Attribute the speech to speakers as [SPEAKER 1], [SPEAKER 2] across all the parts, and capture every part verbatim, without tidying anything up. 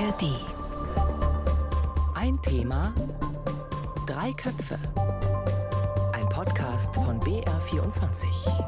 [SPEAKER 1] A R D. Ein Thema, drei Köpfe. Ein Podcast von B R vierundzwanzig.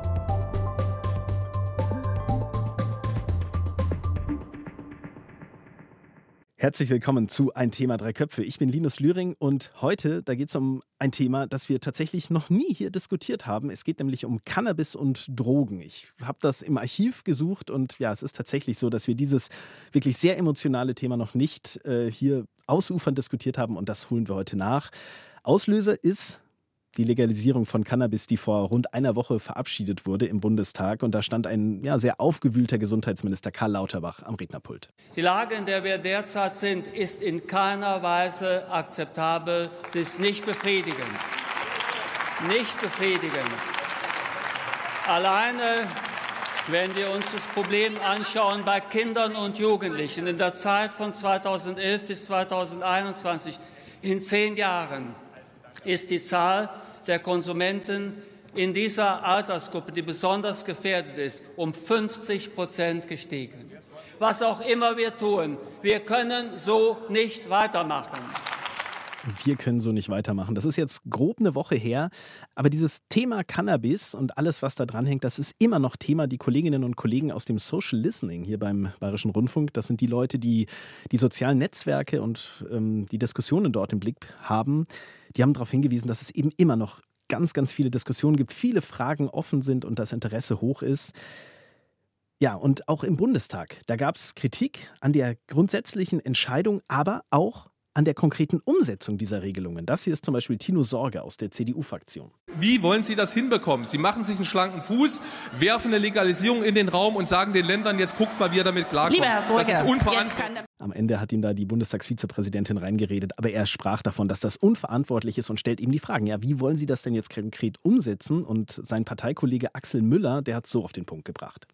[SPEAKER 2] Herzlich willkommen zu Ein Thema, drei Köpfe. Ich bin Linus Lühring und heute, da geht es um ein Thema, das wir tatsächlich noch nie hier diskutiert haben. Es geht nämlich um Cannabis und Drogen. Ich habe das im Archiv gesucht und ja, es ist tatsächlich so, dass wir dieses wirklich sehr emotionale Thema noch nicht äh, hier ausufernd diskutiert haben und das holen wir heute nach. Auslöser ist die Legalisierung von Cannabis, die vor rund einer Woche verabschiedet wurde im Bundestag. Und da stand ein ja, sehr aufgewühlter Gesundheitsminister Karl Lauterbach am Rednerpult.
[SPEAKER 3] Die Lage, in der wir derzeit sind, ist in keiner Weise akzeptabel. Sie ist nicht befriedigend. Nicht befriedigend. Alleine, wenn wir uns das Problem anschauen bei Kindern und Jugendlichen in der Zeit von zweitausendelf bis zweitausendeinundzwanzig, in zehn Jahren, ist die Zahl der Konsumenten in dieser Altersgruppe, die besonders gefährdet ist, um fünfzig Prozent gestiegen. Was auch immer wir tun, wir können so nicht weitermachen.
[SPEAKER 2] Wir können so nicht weitermachen. Das ist jetzt grob eine Woche her, aber dieses Thema Cannabis und alles, was da dran hängt, das ist immer noch Thema. Die Kolleginnen und Kollegen aus dem Social Listening hier beim Bayerischen Rundfunk, das sind die Leute, die die sozialen Netzwerke und ähm, die Diskussionen dort im Blick haben. Die haben darauf hingewiesen, dass es eben immer noch ganz, ganz viele Diskussionen gibt, viele Fragen offen sind und das Interesse hoch ist. Ja, und auch im Bundestag, da gab es Kritik an der grundsätzlichen Entscheidung, aber auch an der konkreten Umsetzung dieser Regelungen. Das hier ist zum Beispiel Tino Sorge aus der C D U-Fraktion.
[SPEAKER 4] Wie wollen Sie das hinbekommen? Sie machen sich einen schlanken Fuß, werfen eine Legalisierung in den Raum und sagen den Ländern, jetzt guckt mal, wie ihr damit klarkommt.
[SPEAKER 5] Lieber Herr Sorge,
[SPEAKER 4] das ist unverantwortlich.
[SPEAKER 2] Am Ende hat ihm da die Bundestagsvizepräsidentin reingeredet, aber er sprach davon, dass das unverantwortlich ist und stellt ihm die Fragen. Ja, wie wollen Sie das denn jetzt konkret umsetzen? Und sein Parteikollege Axel Müller, der hat es so auf den Punkt gebracht.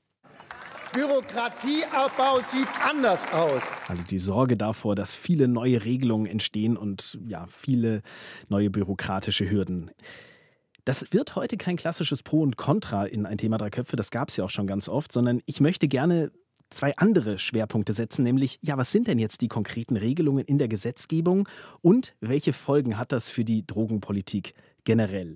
[SPEAKER 6] Bürokratieabbau sieht anders aus.
[SPEAKER 2] Also die Sorge davor, dass viele neue Regelungen entstehen und ja, viele neue bürokratische Hürden. Das wird heute kein klassisches Pro und Contra in Ein Thema, drei Köpfe, das gab es ja auch schon ganz oft, sondern ich möchte gerne zwei andere Schwerpunkte setzen, nämlich, ja, was sind denn jetzt die konkreten Regelungen in der Gesetzgebung und welche Folgen hat das für die Drogenpolitik generell?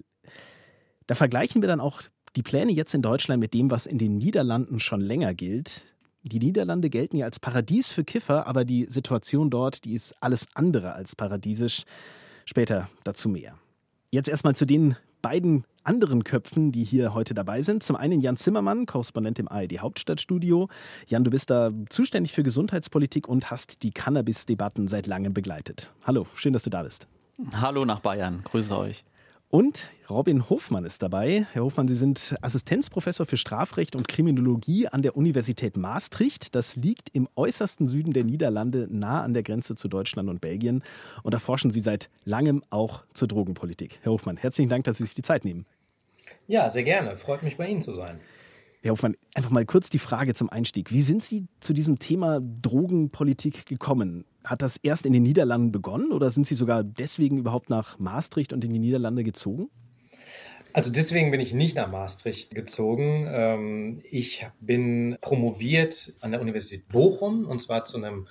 [SPEAKER 2] Da vergleichen wir dann auch die Pläne jetzt in Deutschland mit dem, was in den Niederlanden schon länger gilt. Die Niederlande gelten ja als Paradies für Kiffer, aber die Situation dort, die ist alles andere als paradiesisch. Später dazu mehr. Jetzt erstmal zu den beiden anderen Köpfen, die hier heute dabei sind. Zum einen Jan Zimmermann, Korrespondent im A R D Hauptstadtstudio. Jan, du bist da zuständig für Gesundheitspolitik und hast die Cannabis-Debatten seit langem begleitet. Hallo, schön, dass du da bist.
[SPEAKER 7] Hallo nach Bayern, grüße euch.
[SPEAKER 2] Und Robin Hofmann ist dabei. Herr Hofmann, Sie sind Assistenzprofessor für Strafrecht und Kriminologie an der Universität Maastricht. Das liegt im äußersten Süden der Niederlande, nah an der Grenze zu Deutschland und Belgien. Und da forschen Sie seit langem auch zur Drogenpolitik. Herr Hofmann, herzlichen Dank, dass Sie sich die Zeit nehmen.
[SPEAKER 8] Ja, sehr gerne. Freut mich, bei Ihnen zu sein.
[SPEAKER 2] Herr Hofmann, einfach mal kurz die Frage zum Einstieg. Wie sind Sie zu diesem Thema Drogenpolitik gekommen? Hat das erst in den Niederlanden begonnen oder sind Sie sogar deswegen überhaupt nach Maastricht und in die Niederlande gezogen?
[SPEAKER 8] Also deswegen bin ich nicht nach Maastricht gezogen. Ich bin promoviert an der Universität Bochum und zwar zu einem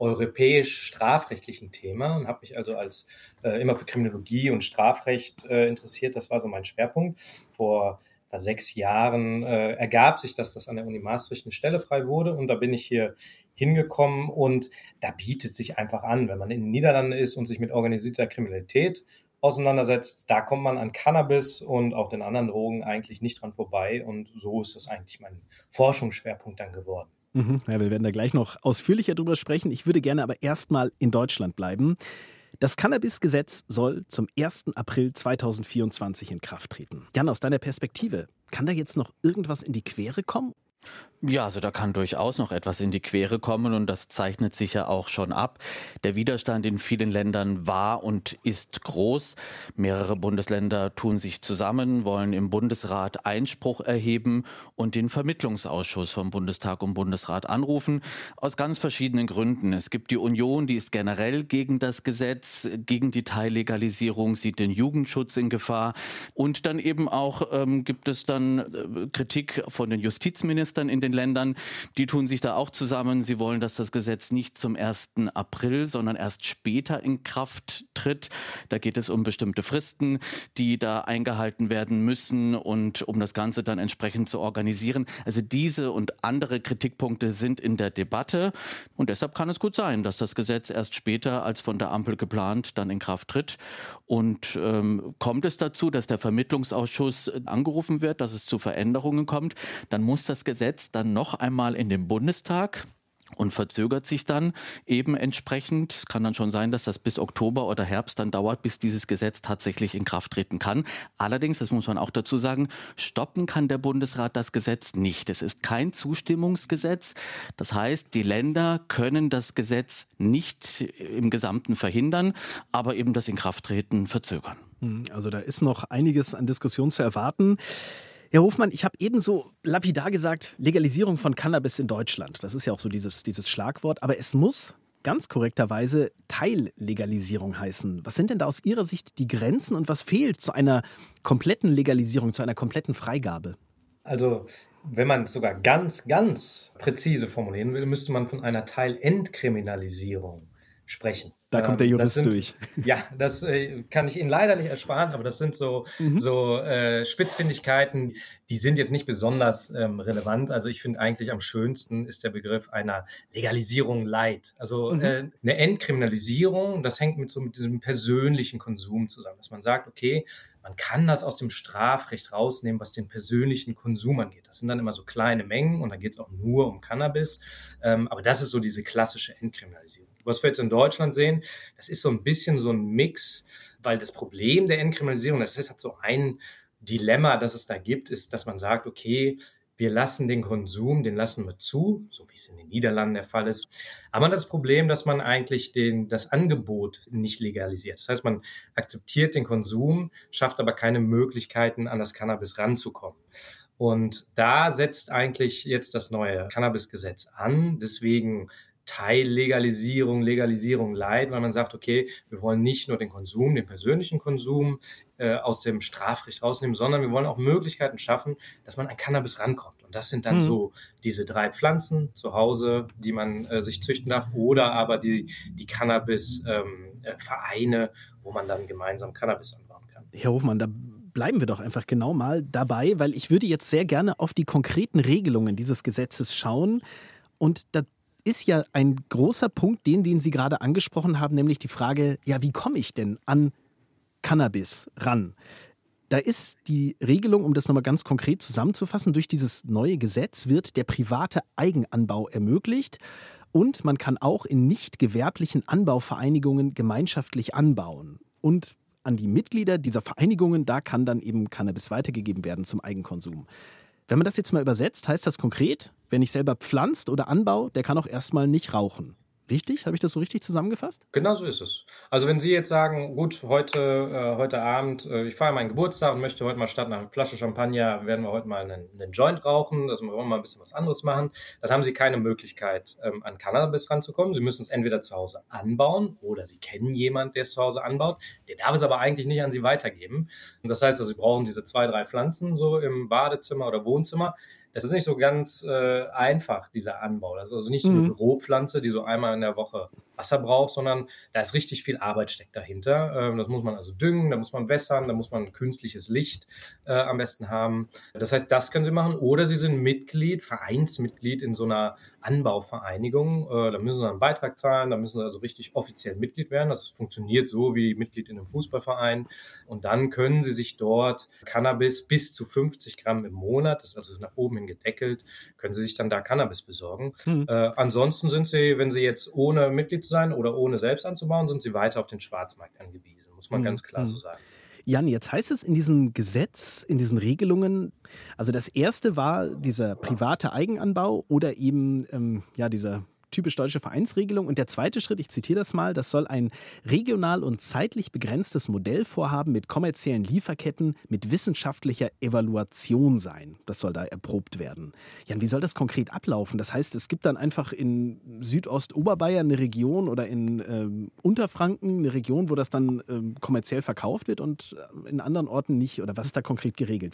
[SPEAKER 8] europäisch-strafrechtlichen Thema und habe mich also als äh, immer für Kriminologie und Strafrecht äh, interessiert. Das war so mein Schwerpunkt. Vor sechs Jahren äh, ergab sich, dass das an der Uni Maastricht eine Stelle frei wurde und da bin ich hier hingekommen und da bietet sich einfach an, wenn man in den Niederlanden ist und sich mit organisierter Kriminalität auseinandersetzt, da kommt man an Cannabis und auch den anderen Drogen eigentlich nicht dran vorbei und so ist das eigentlich mein Forschungsschwerpunkt dann geworden.
[SPEAKER 2] Mhm, ja, wir werden da gleich noch ausführlicher drüber sprechen. Ich würde gerne aber erstmal in Deutschland bleiben. Das Cannabis-Gesetz soll zum ersten April zweitausendvierundzwanzig in Kraft treten. Jan, aus deiner Perspektive, kann da jetzt noch irgendwas in die Quere kommen?
[SPEAKER 7] Ja, also da kann durchaus noch etwas in die Quere kommen und das zeichnet sich ja auch schon ab. Der Widerstand in vielen Ländern war und ist groß. Mehrere Bundesländer tun sich zusammen, wollen im Bundesrat Einspruch erheben und den Vermittlungsausschuss vom Bundestag und Bundesrat anrufen. Aus ganz verschiedenen Gründen. Es gibt die Union, die ist generell gegen das Gesetz, gegen die Teillegalisierung, sieht den Jugendschutz in Gefahr. Und dann eben auch ähm, gibt es dann äh, Kritik von den Justizministern in den Ländern, die tun sich da auch zusammen. Sie wollen, dass das Gesetz nicht zum ersten April, sondern erst später in Kraft tritt. Da geht es um bestimmte Fristen, die da eingehalten werden müssen und um das Ganze dann entsprechend zu organisieren. Also diese und andere Kritikpunkte sind in der Debatte und deshalb kann es gut sein, dass das Gesetz erst später als von der Ampel geplant dann in Kraft tritt. Und ähm, kommt es dazu, dass der Vermittlungsausschuss angerufen wird, dass es zu Veränderungen kommt, dann muss das Gesetz dann noch einmal in den Bundestag und verzögert sich dann eben entsprechend. Kann dann schon sein, dass das bis Oktober oder Herbst dann dauert, bis dieses Gesetz tatsächlich in Kraft treten kann. Allerdings, das muss man auch dazu sagen, stoppen kann der Bundesrat das Gesetz nicht. Es ist kein Zustimmungsgesetz. Das heißt, die Länder können das Gesetz nicht im Gesamten verhindern, aber eben das Inkrafttreten verzögern.
[SPEAKER 2] Also da ist noch einiges an Diskussion zu erwarten. Herr Hofmann, ich habe eben so lapidar gesagt, Legalisierung von Cannabis in Deutschland. Das ist ja auch so dieses, dieses Schlagwort. Aber es muss ganz korrekterweise Teillegalisierung heißen. Was sind denn da aus Ihrer Sicht die Grenzen und was fehlt zu einer kompletten Legalisierung, zu einer kompletten Freigabe?
[SPEAKER 8] Also, wenn man es sogar ganz, ganz präzise formulieren will, müsste man von einer Teilentkriminalisierung sprechen.
[SPEAKER 2] Da kommt der Jurist
[SPEAKER 8] sind,
[SPEAKER 2] durch.
[SPEAKER 8] Ja, das äh, kann ich Ihnen leider nicht ersparen, aber das sind so, mhm. so äh, Spitzfindigkeiten, die sind jetzt nicht besonders ähm, relevant. Also ich finde eigentlich am schönsten ist der Begriff einer Legalisierung light. Also mhm. äh, eine Entkriminalisierung, das hängt mit so mit diesem persönlichen Konsum zusammen, dass man sagt, okay, man kann das aus dem Strafrecht rausnehmen, was den persönlichen Konsum angeht. Das sind dann immer so kleine Mengen und da geht es auch nur um Cannabis. Ähm, aber das ist so diese klassische Entkriminalisierung. Was wir jetzt in Deutschland sehen, das ist so ein bisschen so ein Mix, weil das Problem der Entkriminalisierung, das ist halt so ein Dilemma, das es da gibt, ist, dass man sagt, okay, wir lassen den Konsum, den lassen wir zu, so wie es in den Niederlanden der Fall ist. Aber das Problem, dass man eigentlich den, das Angebot nicht legalisiert. Das heißt, man akzeptiert den Konsum, schafft aber keine Möglichkeiten, an das Cannabis ranzukommen. Und da setzt eigentlich jetzt das neue Cannabisgesetz an. Deswegen Teillegalisierung, Legalisierung light, weil man sagt, okay, wir wollen nicht nur den Konsum, den persönlichen Konsum äh, aus dem Strafrecht rausnehmen, sondern wir wollen auch Möglichkeiten schaffen, dass man an Cannabis rankommt. Und das sind dann mhm. so diese drei Pflanzen zu Hause, die man äh, sich züchten darf, oder aber die, die Cannabis-Vereine, ähm, wo man dann gemeinsam Cannabis anbauen kann.
[SPEAKER 2] Herr Hofmann, da bleiben wir doch einfach genau mal dabei, weil ich würde jetzt sehr gerne auf die konkreten Regelungen dieses Gesetzes schauen. Und da ist ja ein großer Punkt, den, den Sie gerade angesprochen haben, nämlich die Frage, ja, wie komme ich denn an Cannabis ran? Da ist die Regelung, um das nochmal ganz konkret zusammenzufassen, durch dieses neue Gesetz wird der private Eigenanbau ermöglicht und man kann auch in nicht gewerblichen Anbauvereinigungen gemeinschaftlich anbauen. Und an die Mitglieder dieser Vereinigungen, da kann dann eben Cannabis weitergegeben werden zum Eigenkonsum. Wenn man das jetzt mal übersetzt, heißt das konkret, wer nicht selber pflanzt oder anbaut, der kann auch erstmal nicht rauchen. Richtig? Habe ich das so richtig zusammengefasst?
[SPEAKER 8] Genau so ist es. Also wenn Sie jetzt sagen, gut, heute, äh, heute Abend, äh, ich feiere meinen Geburtstag und möchte heute mal statt einer Flasche Champagner, werden wir heute mal einen, einen Joint rauchen, dass wir mal ein bisschen was anderes machen, dann haben Sie keine Möglichkeit, ähm, an Cannabis ranzukommen. Sie müssen es entweder zu Hause anbauen oder Sie kennen jemanden, der es zu Hause anbaut. Der darf es aber eigentlich nicht an Sie weitergeben. Und das heißt, also, Sie brauchen diese zwei, drei Pflanzen so im Badezimmer oder Wohnzimmer. Das ist nicht so ganz äh, einfach, dieser Anbau. Das ist also nicht so eine mhm. Büropflanze, die so einmal in der Woche Wasser braucht, sondern da ist richtig viel Arbeit steckt dahinter. Ähm, das muss man also düngen, da muss man wässern, da muss man künstliches Licht äh, am besten haben. Das heißt, das können Sie machen. Oder Sie sind Mitglied, Vereinsmitglied in so einer Anbauvereinigung. Äh, da müssen Sie einen Beitrag zahlen, da müssen Sie also richtig offiziell Mitglied werden. Das funktioniert so wie Mitglied in einem Fußballverein. Und dann können Sie sich dort Cannabis bis zu fünfzig Gramm im Monat, das ist also nach oben hin gedeckelt, können Sie sich dann da Cannabis besorgen. Mhm. Äh, ansonsten sind Sie, wenn Sie jetzt ohne Mitglied zu sein oder ohne selbst anzubauen, sind Sie weiter auf den Schwarzmarkt angewiesen, muss man mhm. ganz klar so sagen.
[SPEAKER 2] Jan, jetzt heißt es in diesem Gesetz, in diesen Regelungen, also das erste war dieser private Eigenanbau oder eben ähm, ja dieser typisch deutsche Vereinsregelung. Und der zweite Schritt, ich zitiere das mal, das soll ein regional und zeitlich begrenztes Modellvorhaben mit kommerziellen Lieferketten mit wissenschaftlicher Evaluation sein. Das soll da erprobt werden. Jan, wie soll das konkret ablaufen? Das heißt, es gibt dann einfach in Südostoberbayern eine Region oder in ähm, Unterfranken eine Region, wo das dann ähm, kommerziell verkauft wird und in anderen Orten nicht. Oder was ist da konkret geregelt?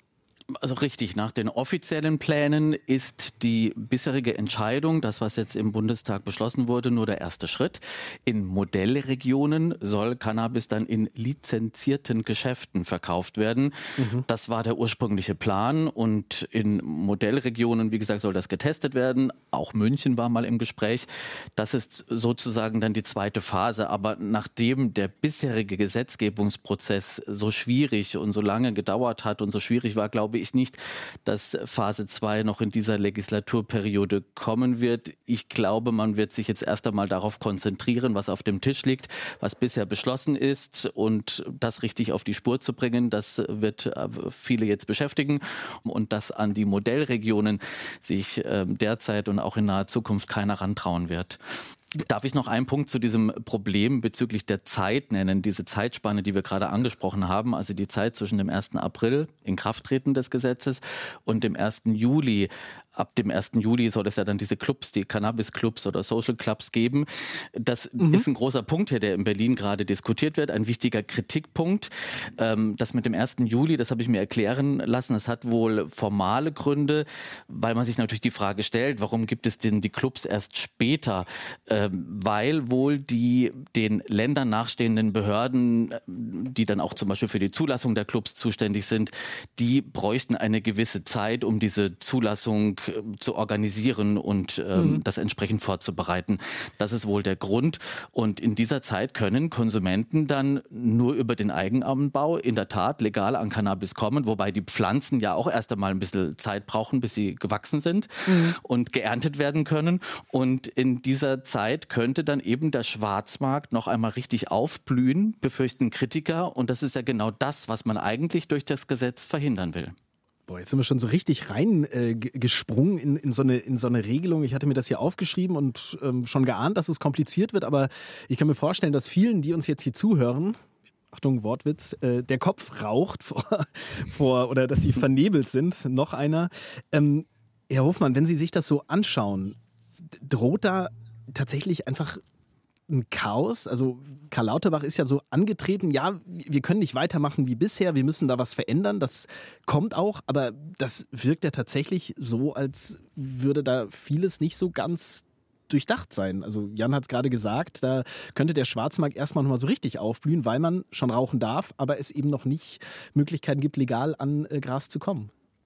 [SPEAKER 7] Also richtig, nach den offiziellen Plänen ist die bisherige Entscheidung, das was jetzt im Bundestag beschlossen wurde, nur der erste Schritt. In Modellregionen soll Cannabis dann in lizenzierten Geschäften verkauft werden. Mhm. Das war der ursprüngliche Plan und in Modellregionen, wie gesagt, soll das getestet werden. Auch München war mal im Gespräch. Das ist sozusagen dann die zweite Phase. Aber nachdem der bisherige Gesetzgebungsprozess so schwierig und so lange gedauert hat und so schwierig war, glaube ich nicht, dass Phase zwei noch in dieser Legislaturperiode kommen wird. Ich glaube, man wird sich jetzt erst einmal darauf konzentrieren, was auf dem Tisch liegt, was bisher beschlossen ist und das richtig auf die Spur zu bringen. Das wird viele jetzt beschäftigen und dass an die Modellregionen sich derzeit und auch in naher Zukunft keiner rantrauen wird. Darf ich noch einen Punkt zu diesem Problem bezüglich der Zeit nennen, diese Zeitspanne, die wir gerade angesprochen haben, also die Zeit zwischen dem ersten April, Inkrafttreten des Gesetzes, und dem ersten Juli. Ab dem ersten Juli soll es ja dann diese Clubs, die Cannabis-Clubs oder Social Clubs geben. Das mhm. ist ein großer Punkt hier, der in Berlin gerade diskutiert wird, ein wichtiger Kritikpunkt. Ähm, das mit dem ersten Juli, das habe ich mir erklären lassen, das hat wohl formale Gründe, weil man sich natürlich die Frage stellt, warum gibt es denn die Clubs erst später? Ähm, weil wohl die den Ländern nachstehenden Behörden, die dann auch zum Beispiel für die Zulassung der Clubs zuständig sind, die bräuchten eine gewisse Zeit, um diese Zulassung zu organisieren und ähm, mhm. das entsprechend vorzubereiten. Das ist wohl der Grund. Und in dieser Zeit können Konsumenten dann nur über den Eigenanbau in der Tat legal an Cannabis kommen, wobei die Pflanzen ja auch erst einmal ein bisschen Zeit brauchen, bis sie gewachsen sind mhm. und geerntet werden können. Und in dieser Zeit könnte dann eben der Schwarzmarkt noch einmal richtig aufblühen, befürchten Kritiker. Und das ist ja genau das, was man eigentlich durch das Gesetz verhindern will.
[SPEAKER 2] Boah, jetzt sind wir schon so richtig rein äh, gesprungen in, in, so eine, in so eine Regelung. Ich hatte mir das hier aufgeschrieben und ähm, schon geahnt, dass es kompliziert wird, aber ich kann mir vorstellen, dass vielen, die uns jetzt hier zuhören, Achtung, Wortwitz, äh, der Kopf raucht vor, vor oder dass sie vernebelt sind. Noch einer. Ähm, Herr Hofmann, wenn Sie sich das so anschauen, droht da tatsächlich einfach ein Chaos? Also Karl Lauterbach ist ja so angetreten, ja, wir können nicht weitermachen wie bisher, wir müssen da was verändern, das kommt auch, aber das wirkt ja tatsächlich so, als würde da vieles nicht so ganz durchdacht sein. Also Jan hat es gerade gesagt, da könnte der Schwarzmarkt erstmal noch mal so richtig aufblühen, weil man schon rauchen darf, aber es eben noch nicht Möglichkeiten gibt, legal an äh, Gras zu kommen.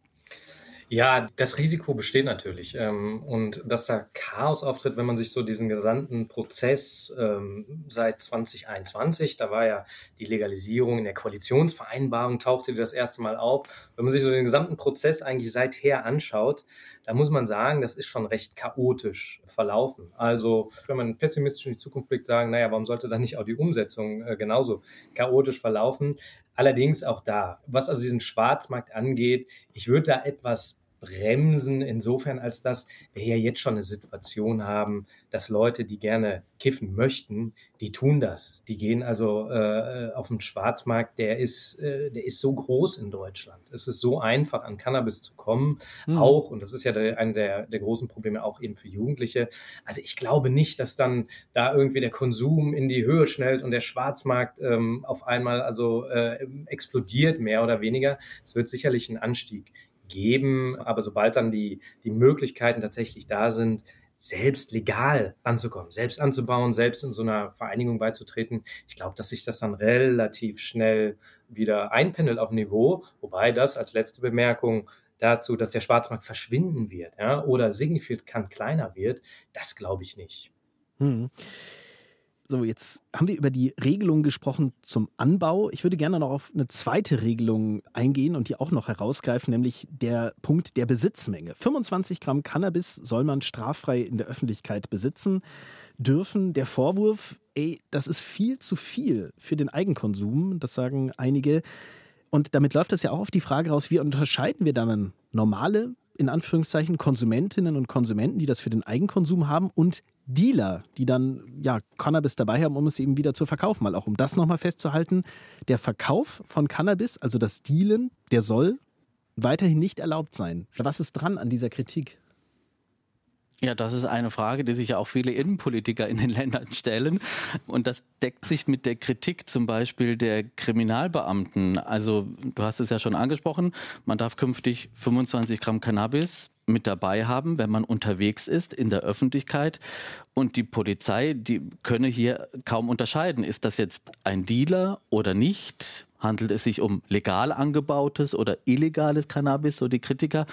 [SPEAKER 8] Ja, das Risiko besteht natürlich. Ähm, und dass da Chaos auftritt, wenn man sich so diesen gesamten Prozess ähm, seit zwanzig einundzwanzig, da war ja die Legalisierung in der Koalitionsvereinbarung, tauchte die das erste Mal auf. Wenn man sich so den gesamten Prozess eigentlich seither anschaut, da muss man sagen, das ist schon recht chaotisch verlaufen. Also wenn man pessimistisch in die Zukunft blickt, sagen, naja, warum sollte dann nicht auch die Umsetzung äh, genauso chaotisch verlaufen? Allerdings auch da, was also diesen Schwarzmarkt angeht, ich würde da etwas bremsen, insofern als dass wir ja jetzt schon eine Situation haben, dass Leute, die gerne kiffen möchten, die tun das. Die gehen also äh, auf den Schwarzmarkt, der ist, äh, der ist so groß in Deutschland. Es ist so einfach, an Cannabis zu kommen, mhm. auch, und das ist ja der, eine der, der großen Probleme auch eben für Jugendliche. Also ich glaube nicht, dass dann da irgendwie der Konsum in die Höhe schnellt und der Schwarzmarkt ähm, auf einmal also äh, explodiert, mehr oder weniger. Es wird sicherlich einen Anstieg geben, aber sobald dann die, die Möglichkeiten tatsächlich da sind, selbst legal ranzukommen, selbst anzubauen, selbst in so einer Vereinigung beizutreten, ich glaube, dass sich das dann relativ schnell wieder einpendelt auf Niveau, wobei das als letzte Bemerkung dazu, dass der Schwarzmarkt verschwinden wird, ja, oder signifikant kleiner wird, das glaube ich nicht.
[SPEAKER 2] Hm. So, jetzt haben wir über die Regelung gesprochen zum Anbau. Ich würde gerne noch auf eine zweite Regelung eingehen und die auch noch herausgreifen, nämlich der Punkt der Besitzmenge. fünfundzwanzig Gramm Cannabis soll man straffrei in der Öffentlichkeit besitzen dürfen. Der Vorwurf, ey, das ist viel zu viel für den Eigenkonsum, das sagen einige. Und damit läuft das ja auch auf die Frage raus, wie unterscheiden wir dann normale, in Anführungszeichen, Konsumentinnen und Konsumenten, die das für den Eigenkonsum haben, und Dealer, die dann ja Cannabis dabei haben, um es eben wieder zu verkaufen. Mal auch um das nochmal festzuhalten, der Verkauf von Cannabis, also das Dealen, der soll weiterhin nicht erlaubt sein. Was ist dran an dieser Kritik?
[SPEAKER 7] Ja, das ist eine Frage, die sich ja auch viele Innenpolitiker in den Ländern stellen. Und das deckt sich mit der Kritik zum Beispiel der Kriminalbeamten. Also du hast es ja schon angesprochen, man darf künftig fünfundzwanzig Gramm Cannabis mit dabei haben, wenn man unterwegs ist in der Öffentlichkeit. Und die Polizei, die könne hier kaum unterscheiden. Ist das jetzt ein Dealer oder nicht? Handelt es sich um legal angebautes oder illegales Cannabis, so die Kritiker?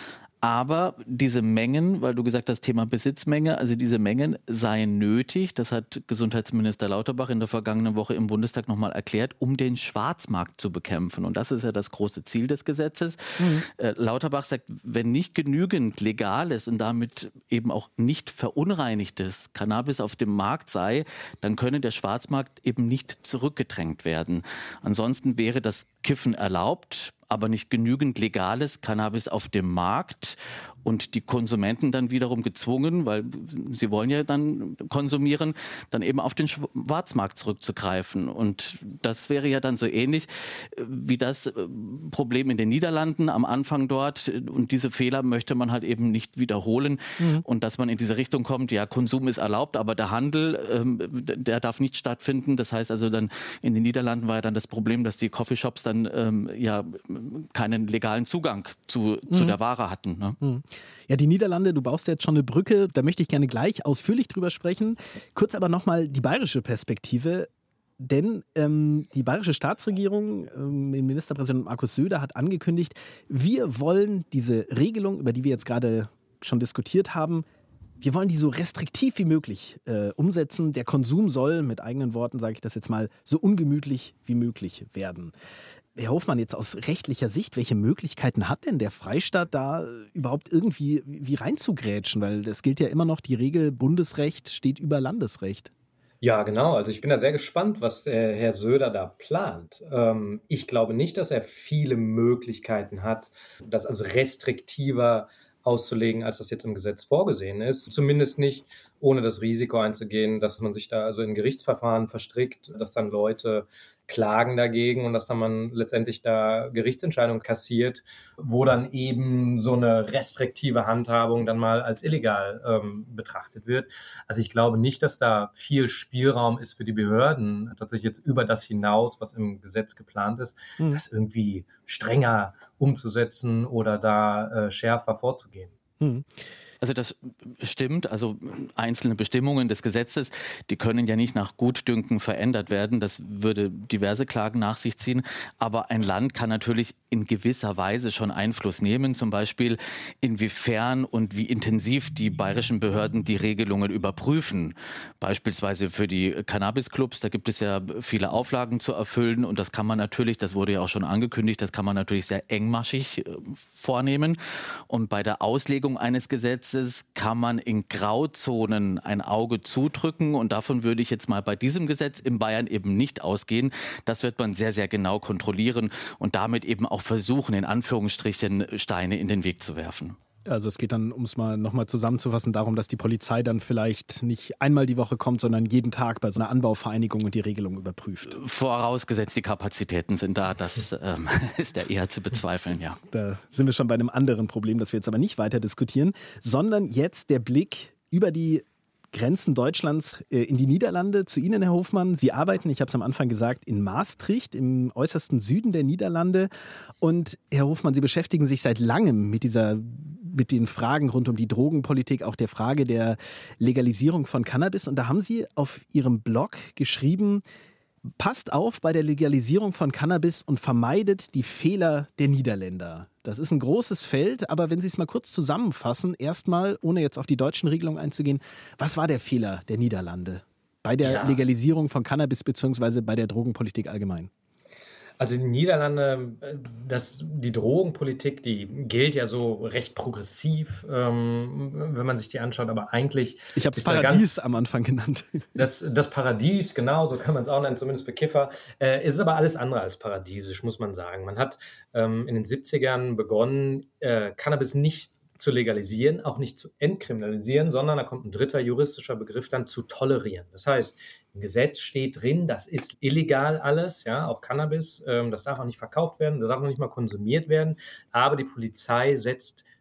[SPEAKER 7] Aber diese Mengen, weil du gesagt hast, Thema Besitzmenge, also diese Mengen seien nötig, das hat Gesundheitsminister Lauterbach in der vergangenen Woche im Bundestag nochmal erklärt, um den Schwarzmarkt zu bekämpfen. Und das ist ja das große Ziel des Gesetzes. Mhm. Äh, Lauterbach sagt, wenn nicht genügend legales und damit eben auch nicht verunreinigtes Cannabis auf dem Markt sei, dann könne der Schwarzmarkt eben nicht zurückgedrängt werden. Ansonsten wäre das Kiffen erlaubt, aber nicht genügend legales Cannabis auf dem Markt und die Konsumenten dann wiederum gezwungen, weil sie wollen ja dann konsumieren, dann eben auf den Schwarzmarkt zurückzugreifen. Und das wäre ja dann so ähnlich wie das Problem in den Niederlanden am Anfang dort. Und diese Fehler möchte man halt eben nicht wiederholen. Mhm. Und dass man in diese Richtung kommt, ja, Konsum ist erlaubt, aber der Handel, ähm, der darf nicht stattfinden. Das heißt also dann, in den Niederlanden war ja dann das Problem, dass die Coffeeshops dann ähm, ja keinen legalen Zugang zu, zu mhm. der Ware hatten. Ne? Mhm.
[SPEAKER 2] Ja, die Niederlande, du baust jetzt schon eine Brücke, da möchte ich gerne gleich ausführlich drüber sprechen. Kurz aber nochmal die bayerische Perspektive, denn ähm, die bayerische Staatsregierung, ähm, Ministerpräsident Markus Söder hat angekündigt, wir wollen diese Regelung, über die wir jetzt gerade schon diskutiert haben, wir wollen die so restriktiv wie möglich äh, umsetzen. Der Konsum soll, mit eigenen Worten sage ich das jetzt mal, so ungemütlich wie möglich werden. Herr Hofmann, jetzt aus rechtlicher Sicht, welche Möglichkeiten hat denn der Freistaat da überhaupt irgendwie wie reinzugrätschen? Weil es gilt ja immer noch die Regel, Bundesrecht steht über Landesrecht.
[SPEAKER 8] Ja, genau. Also ich bin da sehr gespannt, was äh, Herr Söder da plant. Ähm, ich glaube nicht, dass er viele Möglichkeiten hat, das also restriktiver auszulegen, als das jetzt im Gesetz vorgesehen ist. Zumindest nicht, ohne das Risiko einzugehen, dass man sich da also in Gerichtsverfahren verstrickt, dass dann Leute klagen dagegen und dass dann man letztendlich da Gerichtsentscheidungen kassiert, wo dann eben so eine restriktive Handhabung dann mal als illegal ähm, betrachtet wird. Also ich glaube nicht, dass da viel Spielraum ist für die Behörden, tatsächlich jetzt über das hinaus, was im Gesetz geplant ist, mhm. das irgendwie strenger umzusetzen oder da äh, schärfer vorzugehen.
[SPEAKER 7] Mhm. Also das stimmt, also einzelne Bestimmungen des Gesetzes, die können ja nicht nach Gutdünken verändert werden. Das würde diverse Klagen nach sich ziehen. Aber ein Land kann natürlich in gewisser Weise schon Einfluss nehmen, zum Beispiel inwiefern und wie intensiv die bayerischen Behörden die Regelungen überprüfen. Beispielsweise für die Cannabis-Clubs, da gibt es ja viele Auflagen zu erfüllen und das kann man natürlich, das wurde ja auch schon angekündigt, das kann man natürlich sehr engmaschig vornehmen. Und bei der Auslegung eines Gesetzes kann man in Grauzonen ein Auge zudrücken und davon würde ich jetzt mal bei diesem Gesetz in Bayern eben nicht ausgehen. Das wird man sehr, sehr genau kontrollieren und damit eben auch versuchen, in Anführungsstrichen Steine in den Weg zu werfen.
[SPEAKER 2] Also es geht dann, um es mal nochmal zusammenzufassen, darum, dass die Polizei dann vielleicht nicht einmal die Woche kommt, sondern jeden Tag bei so einer Anbauvereinigung und die Regelung überprüft.
[SPEAKER 7] Vorausgesetzt, die Kapazitäten sind da, das ähm, ist ja eher zu bezweifeln, ja.
[SPEAKER 2] Da sind wir schon bei einem anderen Problem, das wir jetzt aber nicht weiter diskutieren, sondern jetzt der Blick über die Grenzen Deutschlands äh, in die Niederlande. Zu Ihnen, Herr Hofmann. Sie arbeiten, ich habe es am Anfang gesagt, in Maastricht, im äußersten Süden der Niederlande. Und Herr Hofmann, Sie beschäftigen sich seit langem mit dieser, mit den Fragen rund um die Drogenpolitik, auch der Frage der Legalisierung von Cannabis. Und da haben Sie auf Ihrem Blog geschrieben, passt auf bei der Legalisierung von Cannabis und vermeidet die Fehler der Niederländer. Das ist ein großes Feld, aber wenn Sie es mal kurz zusammenfassen, erstmal, ohne jetzt auf die deutschen Regelungen einzugehen, was war der Fehler der Niederlande bei der ja. Legalisierung von Cannabis bzw. bei der Drogenpolitik allgemein?
[SPEAKER 8] Also die Niederlande, das, die Drogenpolitik, die gilt ja so recht progressiv, ähm, wenn man sich die anschaut, aber eigentlich...
[SPEAKER 2] Ich habe es Paradies da ganz, am Anfang genannt.
[SPEAKER 8] Das, das Paradies, genau, so kann man es auch nennen, zumindest für Kiffer. Äh, es ist aber alles andere als paradiesisch, muss man sagen. Man hat ähm, in den siebzigern begonnen, äh, Cannabis nicht zu legalisieren, auch nicht zu entkriminalisieren, sondern da kommt ein dritter juristischer Begriff dann, zu tolerieren. Das heißt, im Gesetz steht drin, das ist illegal alles, ja, auch Cannabis, ähm, das darf auch nicht verkauft werden, das darf auch nicht mal konsumiert werden, aber die Polizei setzt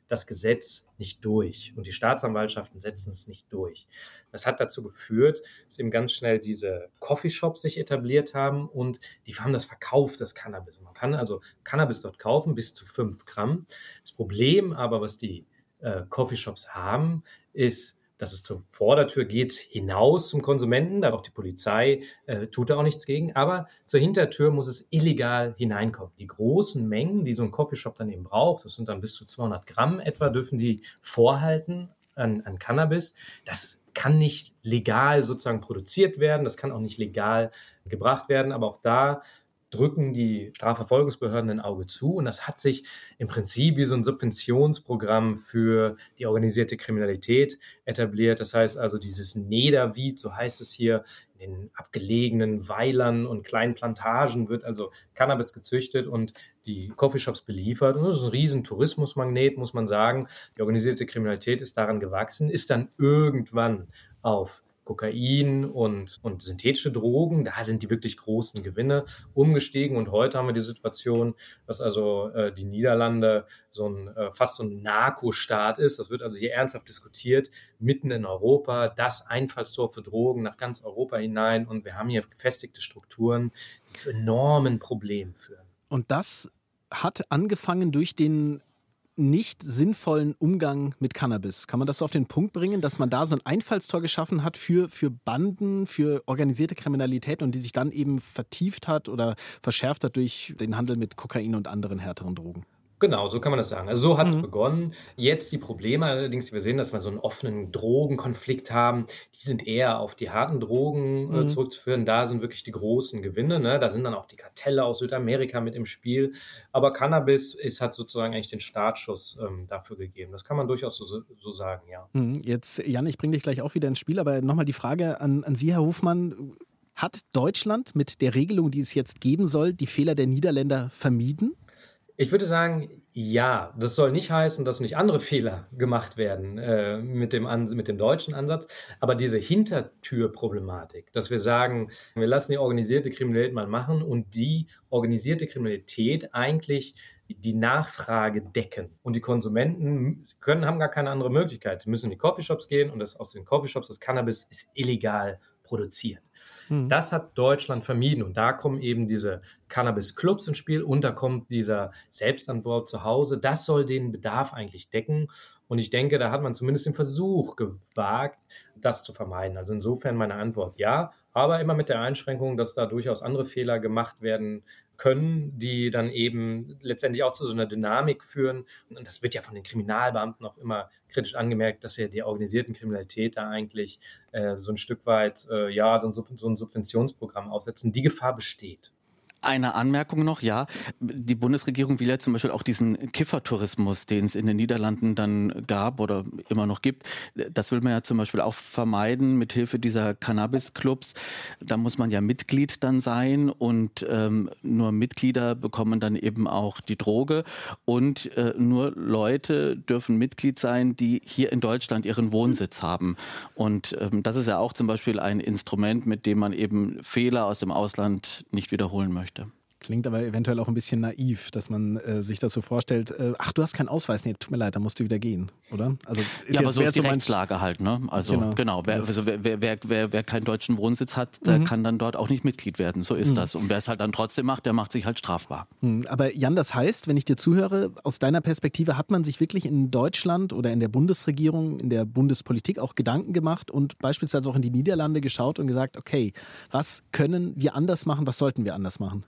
[SPEAKER 8] das Gesetz nicht durch und die Staatsanwaltschaften setzen es nicht durch. Das hat dazu geführt, dass eben ganz schnell diese Coffeeshops sich etabliert haben und die haben das verkauft, das Cannabis. Man kann also Cannabis dort kaufen bis zu fünf Gramm. Das Problem aber, was die äh, Coffeeshops haben, ist, dass es zur Vordertür geht, hinaus zum Konsumenten, da auch die Polizei äh, tut da auch nichts gegen, aber zur Hintertür muss es illegal hineinkommen. Die großen Mengen, die so ein Coffeeshop dann eben braucht, das sind dann bis zu zweihundert Gramm etwa, dürfen die vorhalten an, an Cannabis. Das kann nicht legal sozusagen produziert werden, das kann auch nicht legal gebracht werden, aber auch da drücken die Strafverfolgungsbehörden ein Auge zu. Und das hat sich im Prinzip wie so ein Subventionsprogramm für die organisierte Kriminalität etabliert. Das heißt also dieses Nederwied, so heißt es hier, in den abgelegenen Weilern und kleinen Plantagen wird also Cannabis gezüchtet und die Coffeeshops beliefert. Und das ist ein riesen Tourismusmagnet, muss man sagen. Die organisierte Kriminalität ist daran gewachsen, ist dann irgendwann auf Kokain und, und synthetische Drogen, da sind die wirklich großen Gewinne umgestiegen und heute haben wir die Situation, dass also äh, die Niederlande so ein äh, fast so ein Narkostaat ist. Das wird also hier ernsthaft diskutiert, mitten in Europa, das Einfallstor für Drogen nach ganz Europa hinein und wir haben hier gefestigte Strukturen, die zu enormen Problemen führen.
[SPEAKER 2] Und das hat angefangen durch den nicht sinnvollen Umgang mit Cannabis. Kann man das so auf den Punkt bringen, dass man da so ein Einfallstor geschaffen hat für, für Banden, für organisierte Kriminalität und die sich dann eben vertieft hat oder verschärft hat durch den Handel mit Kokain und anderen härteren Drogen?
[SPEAKER 8] Genau, so kann man das sagen. Also so hat es
[SPEAKER 2] Mhm.
[SPEAKER 8] begonnen. Jetzt die Probleme allerdings, die wir sehen, dass wir so einen offenen Drogenkonflikt haben, die sind eher auf die harten Drogen äh,
[SPEAKER 2] Mhm.
[SPEAKER 8] zurückzuführen. Da sind wirklich die großen Gewinne. Ne? Da sind dann auch die Kartelle aus Südamerika mit im Spiel. Aber Cannabis ist, hat sozusagen eigentlich den Startschuss ähm, dafür gegeben. Das kann man durchaus so, so sagen, ja.
[SPEAKER 2] Mhm. Jetzt, Jan, ich bringe dich gleich auch wieder ins Spiel, aber nochmal die Frage an, an Sie, Herr Hofmann. Hat Deutschland mit der Regelung, die es jetzt geben soll, die Fehler der Niederländer vermieden?
[SPEAKER 8] Ich würde sagen, ja, das soll nicht heißen, dass nicht andere Fehler gemacht werden äh, mit dem, Ans- mit dem deutschen Ansatz, aber diese Hintertürproblematik, dass wir sagen, wir lassen die organisierte Kriminalität mal machen und die organisierte Kriminalität eigentlich die Nachfrage decken. Und die Konsumenten können, haben gar keine andere Möglichkeit. Sie müssen in die Coffeeshops gehen und das, aus den Coffeeshops, das Cannabis ist illegal produziert.
[SPEAKER 2] Mhm.
[SPEAKER 8] Das hat Deutschland vermieden und da kommen eben diese Cannabis-Clubs ins Spiel und da kommt dieser Selbstanbau zu Hause. Das soll den Bedarf eigentlich decken und ich denke, da hat man zumindest den Versuch gewagt, das zu vermeiden. Also insofern meine Antwort ja, aber immer mit der Einschränkung, dass da durchaus andere Fehler gemacht werden können, die dann eben letztendlich auch zu so einer Dynamik führen. Und das wird ja von den Kriminalbeamten auch immer kritisch angemerkt, dass wir der organisierten Kriminalität da eigentlich äh, so ein Stück weit äh, ja, so ein, so ein Subventionsprogramm aufsetzen. Die Gefahr besteht.
[SPEAKER 7] Eine Anmerkung noch, ja. Die Bundesregierung will ja zum Beispiel auch diesen Kiffertourismus, den es in den Niederlanden dann gab oder immer noch gibt, das will man ja zum Beispiel auch vermeiden mit Hilfe dieser Cannabis-Clubs. Da muss man ja Mitglied dann sein und ähm, nur Mitglieder bekommen dann eben auch die Droge und äh, nur Leute dürfen Mitglied sein, die hier in Deutschland ihren Wohnsitz haben. Und ähm, das ist ja auch zum Beispiel ein Instrument, mit dem man eben Fehler aus dem Ausland nicht wiederholen möchte.
[SPEAKER 2] Klingt aber eventuell auch ein bisschen naiv, dass man äh, sich das so vorstellt, äh, ach, du hast keinen Ausweis, nee, tut mir leid, da musst du wieder gehen, oder? Also, ist
[SPEAKER 7] ja, aber
[SPEAKER 2] jetzt,
[SPEAKER 7] so ist die
[SPEAKER 2] so
[SPEAKER 7] Rechtslage halt, ne? Also
[SPEAKER 2] Genau.
[SPEAKER 7] genau, wer,
[SPEAKER 2] Das-
[SPEAKER 7] also, wer, wer, wer, wer, wer keinen deutschen Wohnsitz hat, der
[SPEAKER 2] Mhm.
[SPEAKER 7] kann dann dort auch nicht Mitglied werden, so ist
[SPEAKER 2] Mhm.
[SPEAKER 7] das. Und wer es halt dann trotzdem macht, der macht sich halt strafbar.
[SPEAKER 2] Hm, aber Jan, das heißt, wenn ich dir zuhöre, aus deiner Perspektive hat man sich wirklich in Deutschland oder in der Bundesregierung, in der Bundespolitik auch Gedanken gemacht und beispielsweise auch in die Niederlande geschaut und gesagt, okay, was können wir anders machen, was sollten wir anders machen?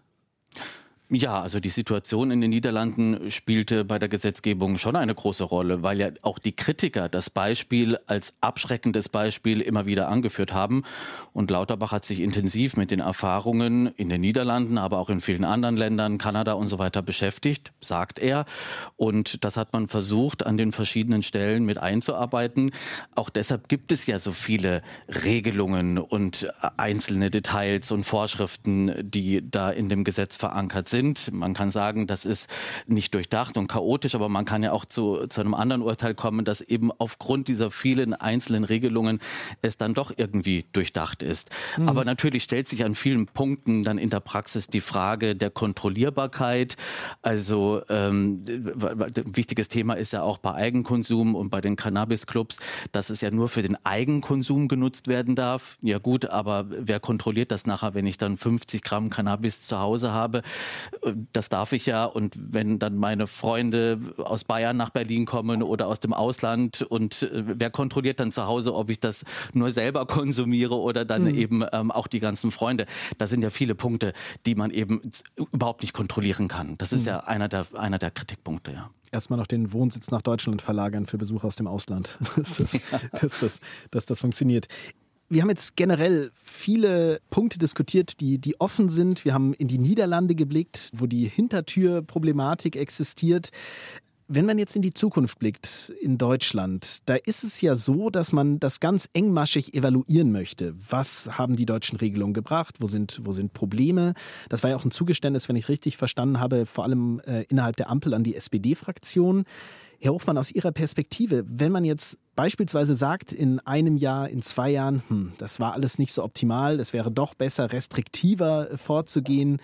[SPEAKER 7] Ja, also die Situation in den Niederlanden spielte bei der Gesetzgebung schon eine große Rolle, weil ja auch die Kritiker das Beispiel als abschreckendes Beispiel immer wieder angeführt haben. Und Lauterbach hat sich intensiv mit den Erfahrungen in den Niederlanden, aber auch in vielen anderen Ländern, Kanada und so weiter beschäftigt, sagt er. Und das hat man versucht, an den verschiedenen Stellen mit einzuarbeiten. Auch deshalb gibt es ja so viele Regelungen und einzelne Details und Vorschriften, die da in dem Gesetz verankert sind. sind. Man kann sagen, das ist nicht durchdacht und chaotisch, aber man kann ja auch zu, zu einem anderen Urteil kommen, dass eben aufgrund dieser vielen einzelnen Regelungen es dann doch irgendwie durchdacht ist. Mhm. Aber natürlich stellt sich an vielen Punkten dann in der Praxis die Frage der Kontrollierbarkeit. Also ähm, ein wichtiges Thema ist ja auch bei Eigenkonsum und bei den Cannabisclubs, dass es ja nur für den Eigenkonsum genutzt werden darf. Ja gut, aber wer kontrolliert das nachher, wenn ich dann fünfzig Gramm Cannabis zu Hause habe? Das darf ich ja. Und wenn dann meine Freunde aus Bayern nach Berlin kommen oder aus dem Ausland und wer kontrolliert dann zu Hause, ob ich das nur selber konsumiere oder dann mhm. eben ähm, auch die ganzen Freunde? Das sind ja viele Punkte, die man eben überhaupt nicht kontrollieren kann. Das ist mhm. ja einer der, einer der Kritikpunkte, ja.
[SPEAKER 2] Erstmal noch den Wohnsitz nach Deutschland verlagern für Besucher aus dem Ausland, dass das, dass das, dass das funktioniert. Wir haben jetzt generell viele Punkte diskutiert, die, die offen sind. Wir haben in die Niederlande geblickt, wo die Hintertürproblematik existiert. Wenn man jetzt in die Zukunft blickt, in Deutschland, da ist es ja so, dass man das ganz engmaschig evaluieren möchte. Was haben die deutschen Regelungen gebracht? Wo sind, wo sind Probleme? Das war ja auch ein Zugeständnis, wenn ich richtig verstanden habe, vor allem äh, innerhalb der Ampel an die S P D-Fraktion. Herr Hofmann, aus Ihrer Perspektive, wenn man jetzt beispielsweise sagt, in einem Jahr, in zwei Jahren, hm, das war alles nicht so optimal, es wäre doch besser, restriktiver vorzugehen,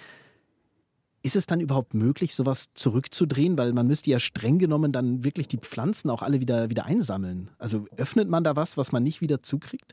[SPEAKER 2] ist es dann überhaupt möglich, sowas zurückzudrehen? Weil man müsste ja streng genommen dann wirklich die Pflanzen auch alle wieder, wieder einsammeln. Also öffnet man da was, was man nicht wieder zukriegt?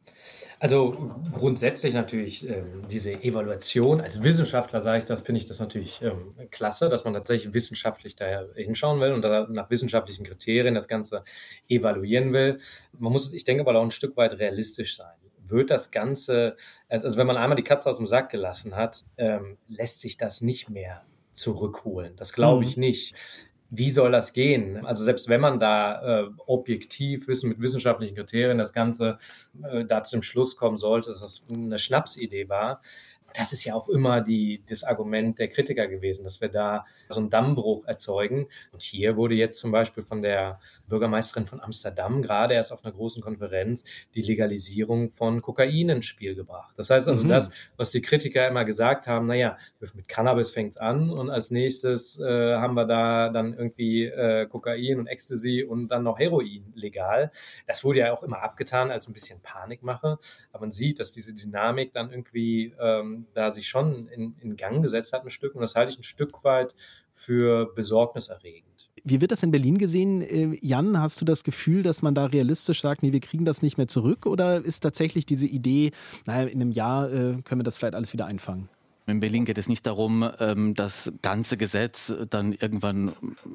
[SPEAKER 8] Also grundsätzlich natürlich ähm, diese Evaluation, als Wissenschaftler sage ich das, finde ich das natürlich ähm, klasse, dass man tatsächlich wissenschaftlich da hinschauen will und da nach wissenschaftlichen Kriterien das Ganze evaluieren will. Man muss, ich denke, aber auch ein Stück weit realistisch sein. Wird das Ganze, also wenn man einmal die Katze aus dem Sack gelassen hat, ähm, lässt sich das nicht mehr zurückholen. Das glaube ich mhm. nicht. Wie soll das gehen? Also selbst wenn man da äh, objektiv wissen, mit wissenschaftlichen Kriterien das Ganze äh, da zum Schluss kommen sollte, dass das eine Schnapsidee war, das ist ja auch immer die, das Argument der Kritiker gewesen, dass wir da so einen Dammbruch erzeugen. Und hier wurde jetzt zum Beispiel von der Bürgermeisterin von Amsterdam gerade erst auf einer großen Konferenz die Legalisierung von Kokain ins Spiel gebracht. Das heißt also, mhm. das, was die Kritiker immer gesagt haben, naja, mit Cannabis fängt es an und als nächstes äh, haben wir da dann irgendwie äh, Kokain und Ecstasy und dann noch Heroin legal. Das wurde ja auch immer abgetan als ein bisschen Panikmache. Aber man sieht, dass diese Dynamik dann irgendwie ähm, da sich schon in, in Gang gesetzt hat ein Stück und das halte ich ein Stück weit für besorgniserregend.
[SPEAKER 2] Wie wird das in Berlin gesehen? Jan, hast du das Gefühl, dass man da realistisch sagt, nee, wir kriegen das nicht mehr zurück oder ist tatsächlich diese Idee, naja, in einem Jahr äh, können wir das vielleicht alles wieder einfangen?
[SPEAKER 7] In Berlin geht es nicht darum, das ganze Gesetz dann irgendwann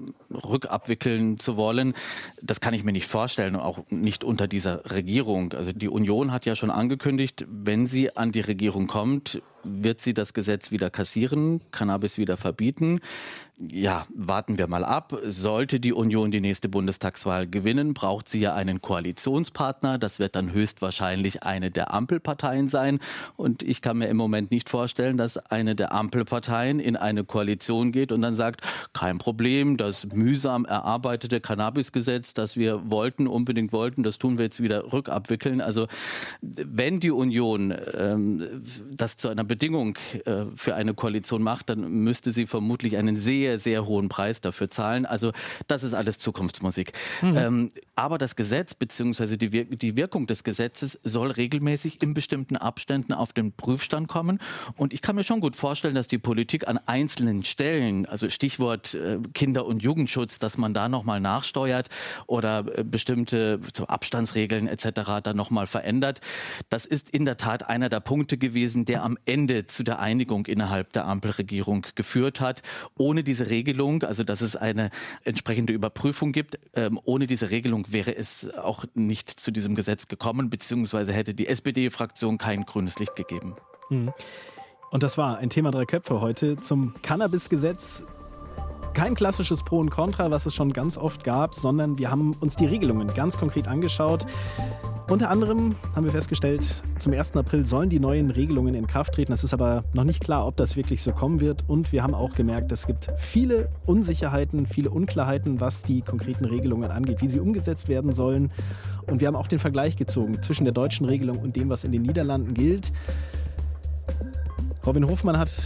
[SPEAKER 7] rückabwickeln zu wollen. Das kann ich mir nicht vorstellen, auch nicht unter dieser Regierung. Also die Union hat ja schon angekündigt, wenn sie an die Regierung kommt, wird sie das Gesetz wieder kassieren, Cannabis wieder verbieten. Ja, warten wir mal ab. Sollte die Union die nächste Bundestagswahl gewinnen, braucht sie ja einen Koalitionspartner. Das wird dann höchstwahrscheinlich eine der Ampelparteien sein. Und ich kann mir im Moment nicht vorstellen, dass eine der Ampelparteien in eine Koalition geht und dann sagt, kein Problem, das mühsam erarbeitete Cannabisgesetz, das wir wollten, unbedingt wollten, das tun wir jetzt wieder rückabwickeln. Also wenn die Union ähm, das zu einer Bedingung äh, für eine Koalition macht, dann müsste sie vermutlich einen sehr, sehr hohen Preis dafür zahlen. Also das ist alles Zukunftsmusik. Mhm. Ähm, aber das Gesetz bzw. die, Wir- die Wirkung des Gesetzes soll regelmäßig in bestimmten Abständen auf den Prüfstand kommen. Und ich kann mir schon gut vorstellen, dass die Politik an einzelnen Stellen, also Stichwort äh, Kinder- und Jugendschutz, dass man da nochmal nachsteuert oder äh, bestimmte so Abstandsregeln et cetera dann nochmal verändert. Das ist in der Tat einer der Punkte gewesen, der am Ende zu der Einigung innerhalb der Ampelregierung geführt hat. Ohne diese Regelung, also dass es eine entsprechende Überprüfung gibt, ähm, ohne diese Regelung wäre es auch nicht zu diesem Gesetz gekommen, beziehungsweise hätte die S P D-Fraktion kein grünes Licht gegeben.
[SPEAKER 2] Mhm. Und das war ein Thema Drei Köpfe heute zum Cannabis-Gesetz. Kein klassisches Pro und Contra, was es schon ganz oft gab, sondern wir haben uns die Regelungen ganz konkret angeschaut. Unter anderem haben wir festgestellt, zum ersten April sollen die neuen Regelungen in Kraft treten. Es ist aber noch nicht klar, ob das wirklich so kommen wird. Und wir haben auch gemerkt, es gibt viele Unsicherheiten, viele Unklarheiten, was die konkreten Regelungen angeht, wie sie umgesetzt werden sollen. Und wir haben auch den Vergleich gezogen zwischen der deutschen Regelung und dem, was in den Niederlanden gilt. Robin Hofmann hat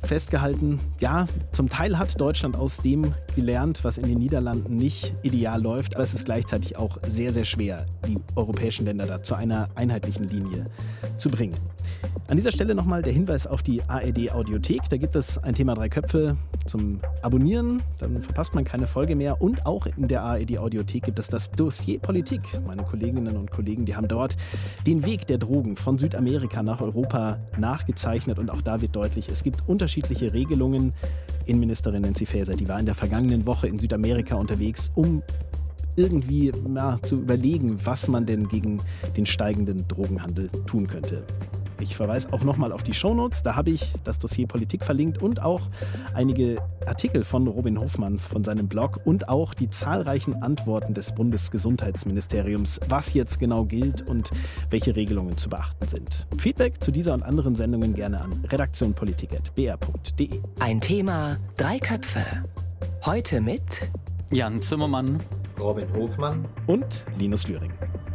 [SPEAKER 2] festgehalten, ja, zum Teil hat Deutschland aus dem gelernt, was in den Niederlanden nicht ideal läuft, aber es ist gleichzeitig auch sehr, sehr schwer, die europäischen Länder da zu einer einheitlichen Linie zu bringen. An dieser Stelle nochmal der Hinweis auf die A R D-Audiothek. Da gibt es ein Thema Drei Köpfe zum Abonnieren, dann verpasst man keine Folge mehr. Und auch in der A R D-Audiothek gibt es das Dossier Politik. Meine Kolleginnen und Kollegen, die haben dort den Weg der Drogen von Südamerika nach Europa nachgezeichnet. Und auch da wird deutlich, es gibt unterschiedliche Regelungen. Innenministerin Nancy Faeser, die war in der vergangenen Woche in Südamerika unterwegs, um irgendwie na, zu überlegen, was man denn gegen den steigenden Drogenhandel tun könnte. Ich verweise auch nochmal auf die Shownotes, da habe ich das Dossier Politik verlinkt und auch einige Artikel von Robin Hofmann von seinem Blog und auch die zahlreichen Antworten des Bundesgesundheitsministeriums, was jetzt genau gilt und welche Regelungen zu beachten sind. Feedback zu dieser und anderen Sendungen gerne an redaktion politik at b r punkt d e.
[SPEAKER 1] Ein Thema, drei Köpfe. Heute mit
[SPEAKER 7] Jan Zimmermann,
[SPEAKER 8] Robin Hofmann
[SPEAKER 2] und Linus Lühring.